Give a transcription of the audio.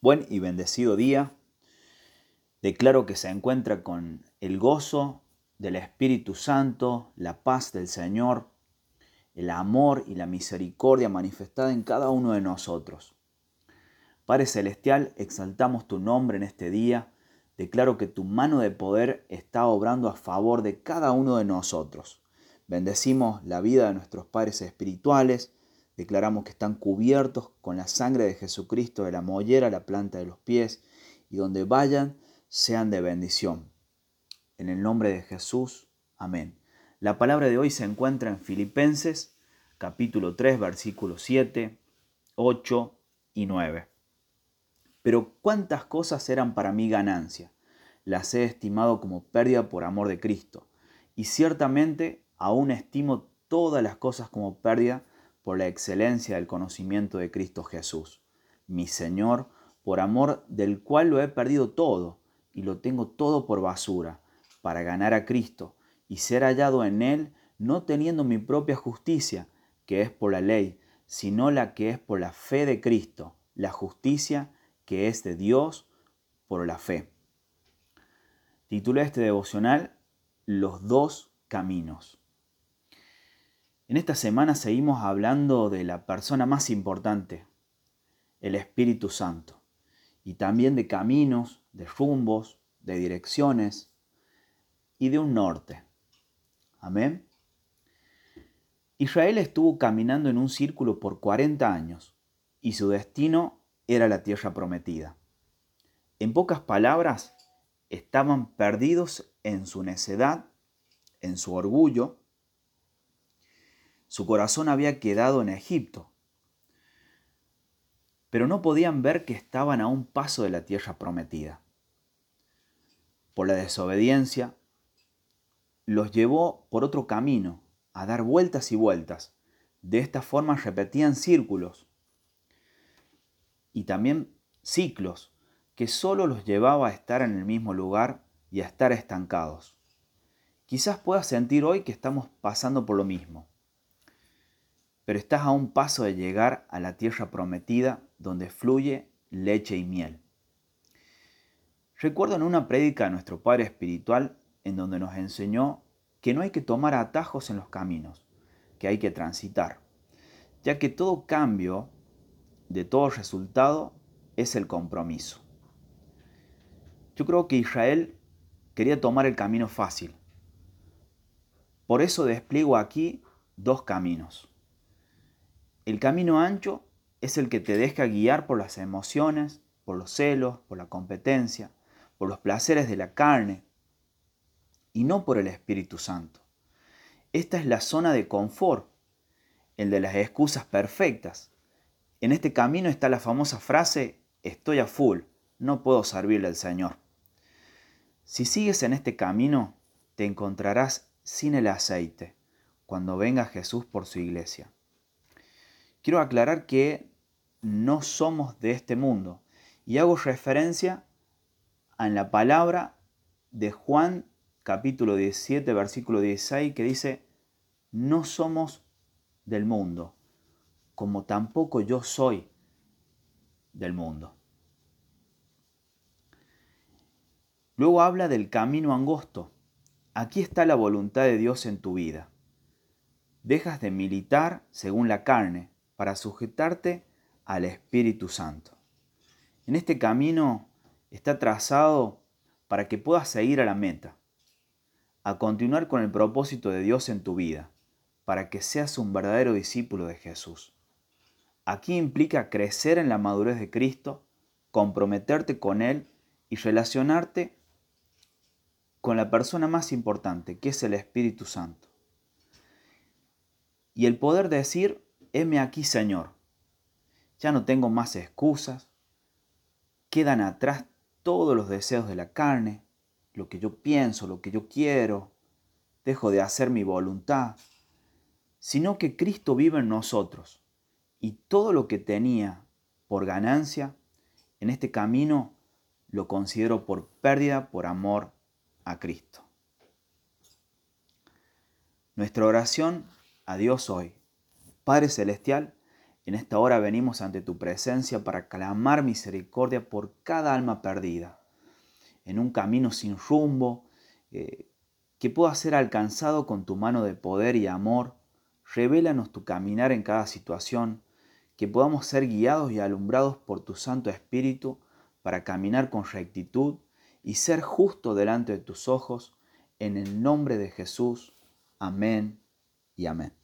Buen y bendecido día. Declaro que se encuentra con el gozo del Espíritu Santo, la paz del Señor, el amor y la misericordia manifestada en cada uno de nosotros. Padre Celestial, exaltamos tu nombre en este día. Declaro que tu mano de poder está obrando a favor de cada uno de nosotros. Bendecimos la vida de nuestros padres espirituales. Declaramos que están cubiertos con la sangre de Jesucristo de la mollera a la planta de los pies, y donde vayan sean de bendición. En el nombre de Jesús, amén. La palabra de hoy se encuentra en Filipenses, capítulo 3, versículos 7, 8 y 9. Pero cuántas cosas eran para mí ganancia, las he estimado como pérdida por amor de Cristo, y ciertamente aún estimo todas las cosas como pérdida por la excelencia del conocimiento de Cristo Jesús, mi Señor, por amor del cual lo he perdido todo, y lo tengo todo por basura, para ganar a Cristo, y ser hallado en Él, no teniendo mi propia justicia, que es por la ley, sino la que es por la fe de Cristo, la justicia que es de Dios por la fe. Titulé este devocional Los dos caminos. En esta semana seguimos hablando de la persona más importante, el Espíritu Santo, y también de caminos, de rumbos, de direcciones y de un norte. Amén. Israel estuvo caminando en un círculo por 40 años y su destino era la tierra prometida. En pocas palabras, estaban perdidos en su necedad, en su orgullo. Su corazón había quedado en Egipto, pero no podían ver que estaban a un paso de la tierra prometida. Por la desobediencia, los llevó por otro camino, a dar vueltas y vueltas. De esta forma repetían círculos y también ciclos que solo los llevaba a estar en el mismo lugar y a estar estancados. Quizás puedas sentir hoy que estamos pasando por lo mismo, pero estás a un paso de llegar a la tierra prometida donde fluye leche y miel. Recuerdo en una prédica de nuestro Padre Espiritual en donde nos enseñó que no hay que tomar atajos en los caminos, que hay que transitar, ya que todo cambio, de todo resultado, es el compromiso. Yo creo que Israel quería tomar el camino fácil. Por eso despliego aquí dos caminos. El camino ancho es el que te deja guiar por las emociones, por los celos, por la competencia, por los placeres de la carne y no por el Espíritu Santo. Esta es la zona de confort, el de las excusas perfectas. En este camino está la famosa frase, estoy a full, no puedo servirle al Señor. Si sigues en este camino, te encontrarás sin el aceite cuando venga Jesús por su iglesia. Quiero aclarar que no somos de este mundo y hago referencia a la palabra de Juan capítulo 17 versículo 16 que dice, no somos del mundo, como tampoco yo soy del mundo. Luego habla del camino angosto. Aquí está la voluntad de Dios en tu vida. Dejas de militar según la carne para sujetarte al Espíritu Santo. En este camino está trazado para que puedas seguir a la meta, a continuar con el propósito de Dios en tu vida, para que seas un verdadero discípulo de Jesús. Aquí implica crecer en la madurez de Cristo, comprometerte con Él y relacionarte con la persona más importante, que es el Espíritu Santo. Y el poder decir, heme aquí, Señor. Ya no tengo más excusas, quedan atrás todos los deseos de la carne, lo que yo pienso, lo que yo quiero, dejo de hacer mi voluntad, sino que Cristo vive en nosotros y todo lo que tenía por ganancia, en este camino lo considero por pérdida por amor a Cristo. Nuestra oración a Dios hoy. Padre Celestial, En esta hora venimos ante tu presencia para clamar misericordia por cada alma perdida, en un camino sin rumbo, que pueda ser alcanzado con tu mano de poder y amor. Revélanos tu caminar en cada situación, que podamos ser guiados y alumbrados por tu Santo Espíritu para caminar con rectitud y ser justo delante de tus ojos, en el nombre de Jesús. Amén y amén.